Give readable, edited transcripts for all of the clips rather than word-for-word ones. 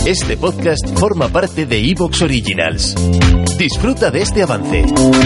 Este podcast forma parte de Evox Originals. Disfruta de este avance.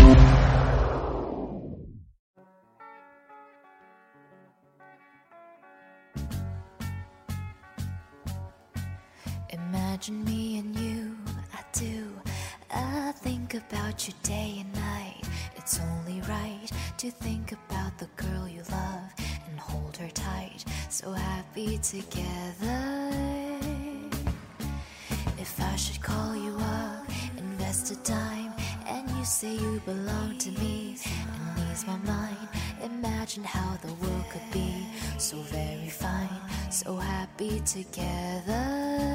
Imagine me and you, I do. I think about you day and night. It's only right to think about the girl you love and hold her tight. So happy together. If I should call you up, invest a dime, and you say you belong to me, and ease my mind. Imagine how the world could be so very fine, so happy together.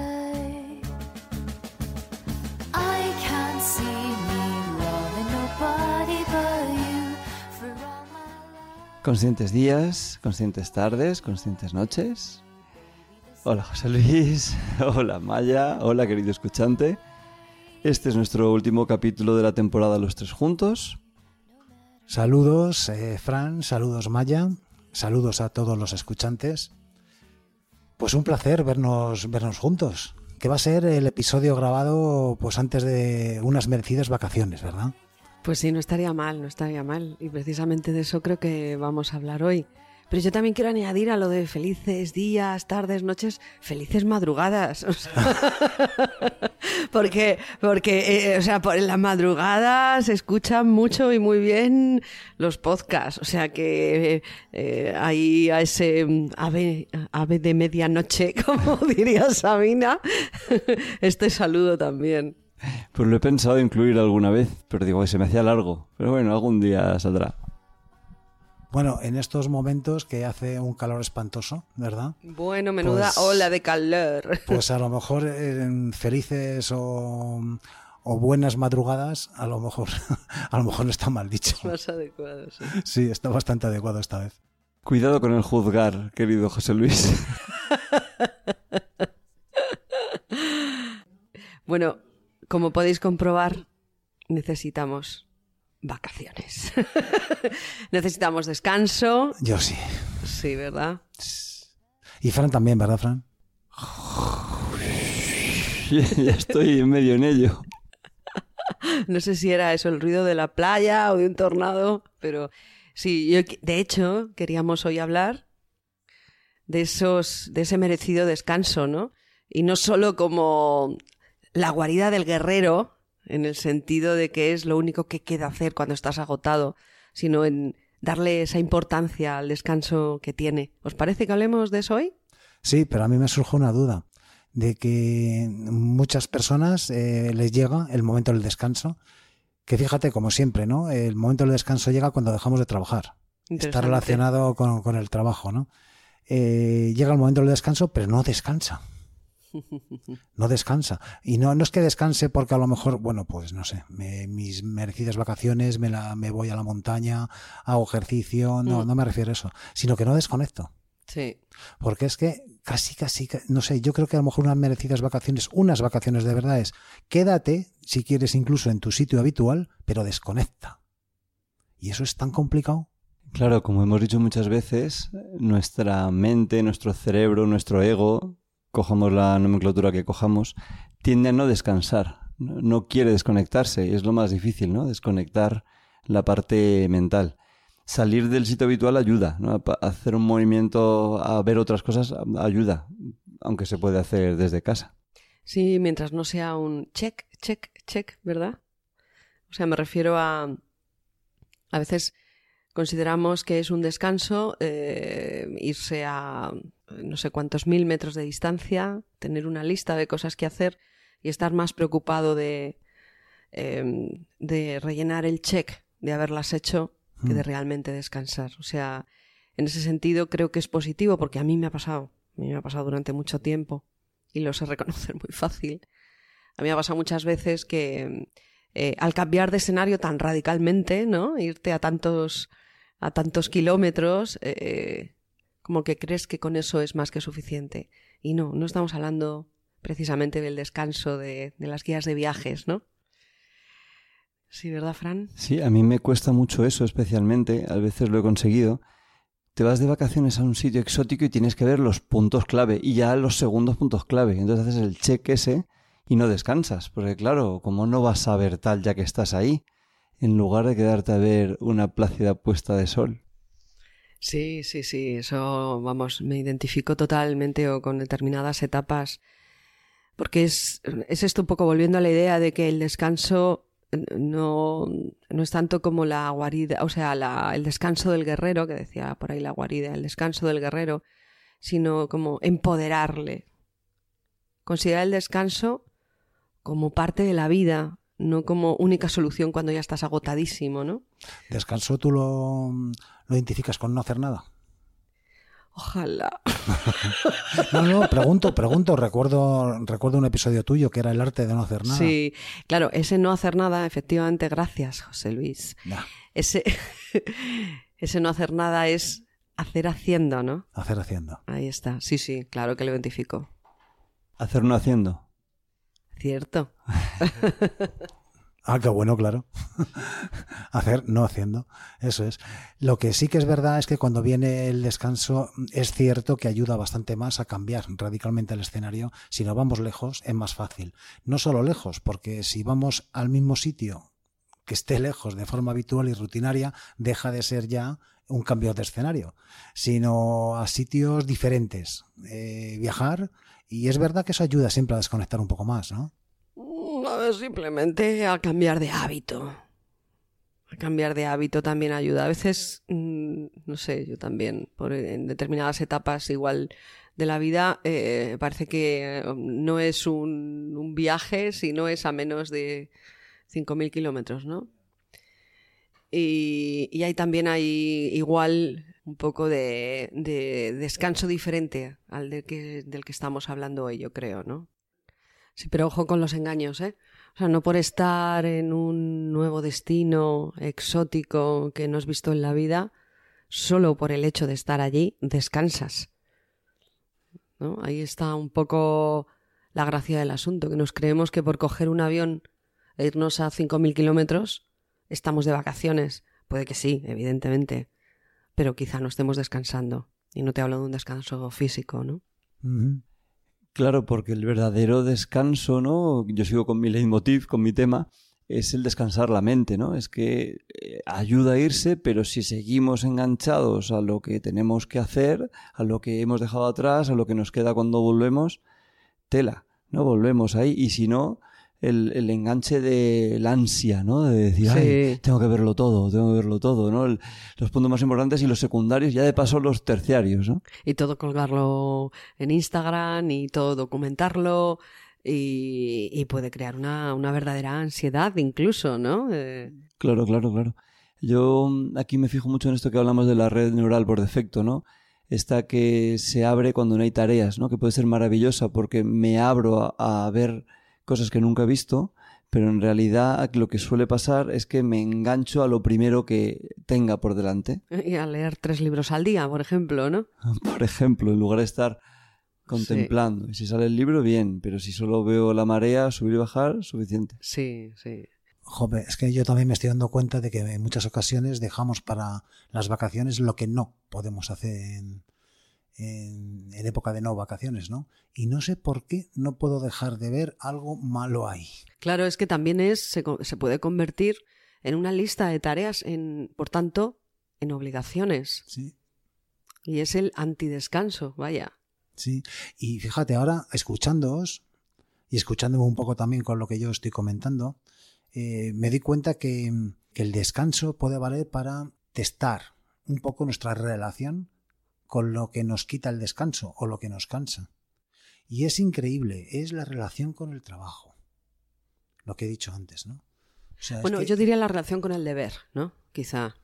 I can't see me loving nobody but you for all my life. Conscientes días, conscientes tardes, conscientes noches. Hola José Luis, hola Maya, hola querido escuchante. Este es nuestro último capítulo de la temporada Los Tres Juntos. Saludos Fran, saludos Maya, saludos a todos los escuchantes. Pues un placer vernos juntos, que va a ser el episodio grabado pues antes de unas merecidas vacaciones, ¿verdad? Pues sí, no estaría mal. Y precisamente de eso creo que vamos a hablar hoy. Pero yo también quiero añadir a lo de felices días, tardes, noches, felices madrugadas. O sea, porque en la madrugada se escuchan mucho y muy bien los podcasts. O sea que ahí a ese ave de medianoche, como diría Sabina, este saludo también. Pues lo he pensado incluir alguna vez, pero digo que se me hacía largo. Pero bueno, algún día saldrá. Bueno, en estos momentos que hace un calor espantoso, ¿verdad? Bueno, menuda ola de calor. Pues a lo mejor felices o buenas madrugadas, a lo mejor no está mal dicho. Es más adecuado, sí. Sí, está bastante adecuado esta vez. Cuidado con el juzgar, querido José Luis. Bueno, como podéis comprobar, necesitamos vacaciones. Necesitamos descanso. Yo sí. Sí, ¿verdad? Y Fran también, ¿verdad, Fran? Ya estoy medio en ello. No sé si era eso, el ruido de la playa o de un tornado, pero sí, de hecho queríamos hoy hablar de ese merecido descanso, ¿no? Y no solo como la guarida del guerrero, en el sentido de que es lo único que queda hacer cuando estás agotado, sino en darle esa importancia al descanso que tiene. ¿Os parece que hablemos de eso hoy? Sí, pero a mí me surge una duda de que muchas personas les llega el momento del descanso, que fíjate, como siempre, ¿no? El momento del descanso llega cuando dejamos de trabajar. Está relacionado con el trabajo, ¿no? Llega el momento del descanso, pero no descansa. No descansa. Y no es que descanse porque a lo mejor, bueno, pues no sé, mis merecidas vacaciones, me voy a la montaña, hago ejercicio, no me refiero a eso, sino que no desconecto. Sí. Porque es que casi, no sé, yo creo que a lo mejor unas vacaciones de verdad es, quédate, si quieres incluso en tu sitio habitual, pero desconecta. Y eso es tan complicado. Claro, como hemos dicho muchas veces, nuestra mente, nuestro cerebro, nuestro ego, cojamos la nomenclatura que cojamos, tiende a no descansar, no quiere desconectarse, y es lo más difícil, ¿no? Desconectar la parte mental. Salir del sitio habitual ayuda, ¿no? Hacer un movimiento, a ver otras cosas, ayuda, aunque se puede hacer desde casa. Sí, mientras no sea un check, ¿verdad? O sea, me refiero a veces consideramos que es un descanso irse a no sé cuántos 1000 metros de distancia, tener una lista de cosas que hacer y estar más preocupado de rellenar el check, de haberlas hecho, que de realmente descansar. O sea, en ese sentido creo que es positivo porque a mí me ha pasado durante mucho tiempo y lo sé reconocer muy fácil. A mí me ha pasado muchas veces que al cambiar de escenario tan radicalmente, ¿no? Irte a tantos kilómetros, como que crees que con eso es más que suficiente. Y no estamos hablando precisamente del descanso de las guías de viajes, ¿no? Sí, ¿verdad, Fran? Sí, a mí me cuesta mucho eso especialmente, a veces lo he conseguido, te vas de vacaciones a un sitio exótico y tienes que ver los puntos clave y ya los segundos puntos clave. Entonces haces el check ese y no descansas. Porque claro, como no vas a ver tal ya que estás ahí, en lugar de quedarte a ver una plácida puesta de sol. Sí, eso, vamos, me identifico totalmente o con determinadas etapas, porque es esto un poco volviendo a la idea de que el descanso no es tanto como la guarida, o sea, el descanso del guerrero, que decía por ahí la guarida, el descanso del guerrero, sino como empoderarle. Considerar el descanso como parte de la vida, no como única solución cuando ya estás agotadísimo, ¿no? ¿Descanso tú lo identificas con no hacer nada? Ojalá. No, pregunto. Recuerdo un episodio tuyo que era el arte de no hacer nada. Sí, claro, ese no hacer nada, efectivamente, gracias, José Luis. Nah. Ese no hacer nada es hacer haciendo, ¿no? Hacer haciendo. Ahí está, sí, claro que lo identifico. Hacer no haciendo. Cierto. Ah, qué bueno, claro. Hacer, no haciendo. Eso es. Lo que sí que es verdad es que cuando viene el descanso es cierto que ayuda bastante más a cambiar radicalmente el escenario. Si no vamos lejos, es más fácil. No solo lejos, porque si vamos al mismo sitio que esté lejos de forma habitual y rutinaria, deja de ser ya un cambio de escenario, sino a sitios diferentes. Viajar, y es verdad que eso ayuda siempre a desconectar un poco más, ¿no? Simplemente a cambiar de hábito. A cambiar de hábito también ayuda. A veces, no sé, yo también, en determinadas etapas igual de la vida, parece que no es un viaje, sino es a menos de 5.000 kilómetros, ¿no? Y ahí también hay igual un poco de descanso diferente al del que estamos hablando hoy, yo creo, ¿no? Sí, pero ojo con los engaños, ¿eh? O sea, no por estar en un nuevo destino exótico que no has visto en la vida, solo por el hecho de estar allí, descansas, ¿no? Ahí está un poco la gracia del asunto, que nos creemos que por coger un avión e irnos a 5.000 kilómetros estamos de vacaciones. Puede que sí, evidentemente, pero quizá no estemos descansando. Y no te hablo de un descanso físico, ¿no? Uh-huh. Claro, porque el verdadero descanso, ¿no? Yo sigo con mi leitmotiv, con mi tema, es el descansar la mente, ¿no? Es que ayuda a irse, pero si seguimos enganchados a lo que tenemos que hacer, a lo que hemos dejado atrás, a lo que nos queda cuando volvemos, tela, ¿no? Volvemos ahí, y si no, el enganche de la ansia, ¿no? De decir, Sí. ay, tengo que verlo todo, ¿no? Los puntos más importantes y los secundarios, ya de paso los terciarios, ¿no? Y todo colgarlo en Instagram y todo documentarlo y puede crear una verdadera ansiedad incluso, ¿no? Claro. Yo aquí me fijo mucho en esto que hablamos de la red neural por defecto, ¿no? Esta que se abre cuando no hay tareas, ¿no? Que puede ser maravillosa porque me abro a ver cosas que nunca he visto, pero en realidad lo que suele pasar es que me engancho a lo primero que tenga por delante. Y a leer 3 libros al día, por ejemplo, ¿no? Por ejemplo, en lugar de estar contemplando. Sí. Y si sale el libro, bien, pero si solo veo la marea, subir y bajar, suficiente. Sí. Joder, es que yo también me estoy dando cuenta de que en muchas ocasiones dejamos para las vacaciones lo que no podemos hacer en época de no vacaciones, ¿no? Y no sé por qué no puedo dejar de ver algo malo ahí. Claro, es que también se puede convertir en una lista de tareas, por tanto, en obligaciones. Sí. Y es el antidescanso, vaya. Sí, y fíjate, ahora escuchándoos y escuchándome un poco también con lo que yo estoy comentando, me di cuenta que el descanso puede valer para testar un poco nuestra relación con lo que nos quita el descanso o lo que nos cansa. Y es increíble, es la relación con el trabajo. Lo que he dicho antes, ¿no? O sea, bueno, yo diría la relación con el deber, ¿no? Quizá.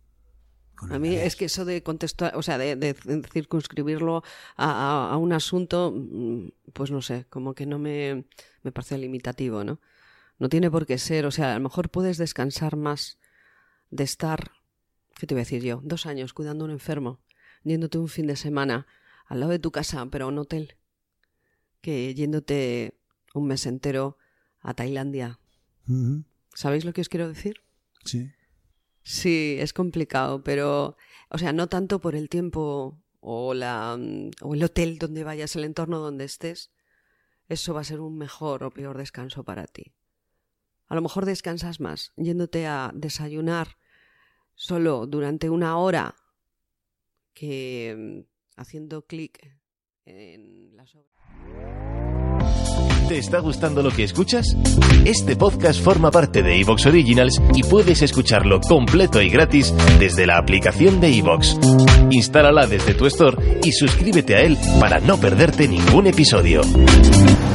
A mí es que eso de contextual, o sea, de circunscribirlo a un asunto, pues no sé, como que no me parece limitativo, ¿no? No tiene por qué ser, o sea, a lo mejor puedes descansar más de estar, ¿qué te voy a decir yo? 2 años cuidando a un enfermo, yéndote un fin de semana al lado de tu casa, pero a un hotel, que yéndote un mes entero a Tailandia. Uh-huh. ¿Sabéis lo que os quiero decir? Sí. Sí, es complicado, pero, o sea, no tanto por el tiempo o el hotel donde vayas, el entorno donde estés, eso va a ser un mejor o peor descanso para ti. A lo mejor descansas más yéndote a desayunar solo durante 1 hora que haciendo clic en las obras. ¿Te está gustando lo que escuchas? Este podcast forma parte de iVoox Originals y puedes escucharlo completo y gratis desde la aplicación de iVoox. Instálala desde tu store y suscríbete a él para no perderte ningún episodio.